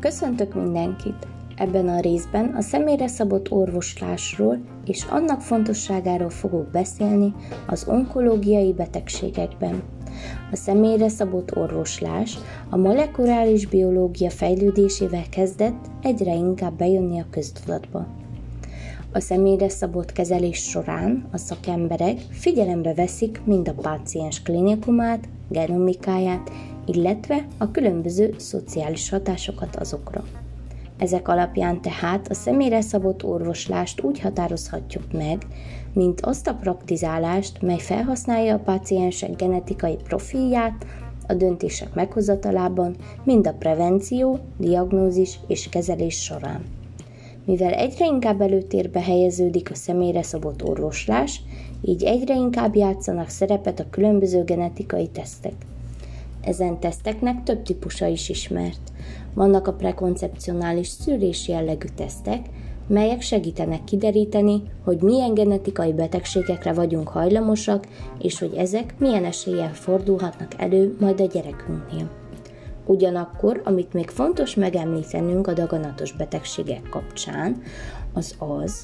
Köszöntök mindenkit! Ebben a részben a személyre szabott orvoslásról és annak fontosságáról fogok beszélni az onkológiai betegségekben. A személyre szabott orvoslás a molekuláris biológia fejlődésével kezdett egyre inkább bejönni a köztudatba. A személyre szabott kezelés során a szakemberek figyelembe veszik mind a páciens klinikumát, genomikáját, illetve a különböző szociális hatásokat azokra. Ezek alapján tehát a személyre szabott orvoslást úgy határozhatjuk meg, mint azt a praktizálást, mely felhasználja a páciensek genetikai profilját a döntések meghozatalában, mind a prevenció, diagnózis és kezelés során. Mivel egyre inkább előtérbe helyeződik a személyre szabott orvoslás, így egyre inkább játszanak szerepet a különböző genetikai tesztek. Ezen teszteknek több típusa is ismert. Vannak a prekoncepcionális szűrés jellegű tesztek, melyek segítenek kideríteni, hogy milyen genetikai betegségekre vagyunk hajlamosak, és hogy ezek milyen eséllyel fordulhatnak elő majd a gyerekünknél. Ugyanakkor, amit még fontos megemlítenünk a daganatos betegségek kapcsán, az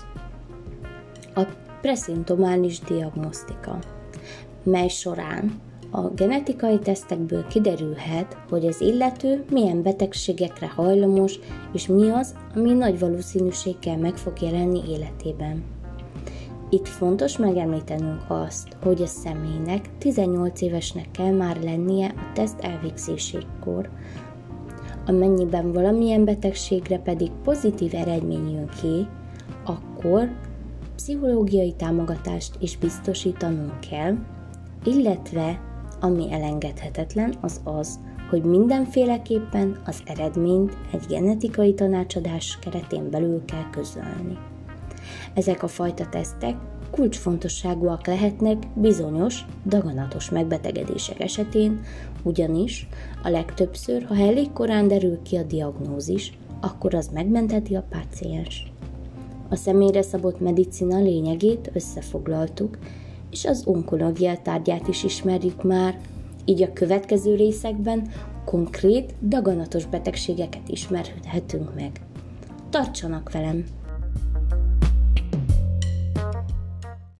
a preszimptomális diagnosztika, mely során a genetikai tesztekből kiderülhet, hogy az illető milyen betegségekre hajlamos, és mi az, ami nagy valószínűséggel meg fog jelenni életében. Itt fontos megemlítenünk azt, hogy a személynek 18 évesnek kell már lennie a teszt elvégzésekor. Amennyiben valamilyen betegségre pedig pozitív eredmény jön ki, akkor pszichológiai támogatást is biztosítanunk kell, illetve ami elengedhetetlen, az, hogy mindenféleképpen az eredményt egy genetikai tanácsadás keretén belül kell közölni. Ezek a fajta tesztek kulcsfontosságúak lehetnek bizonyos, daganatos megbetegedések esetén, ugyanis a legtöbbször, ha elég korán derül ki a diagnózis, akkor az megmentheti a pácienst. A személyre szabott medicina lényegét összefoglaltuk, és az onkológia tárgyát is ismerjük már, így a következő részekben konkrét, daganatos betegségeket ismerhetünk meg. Tartsanak velem!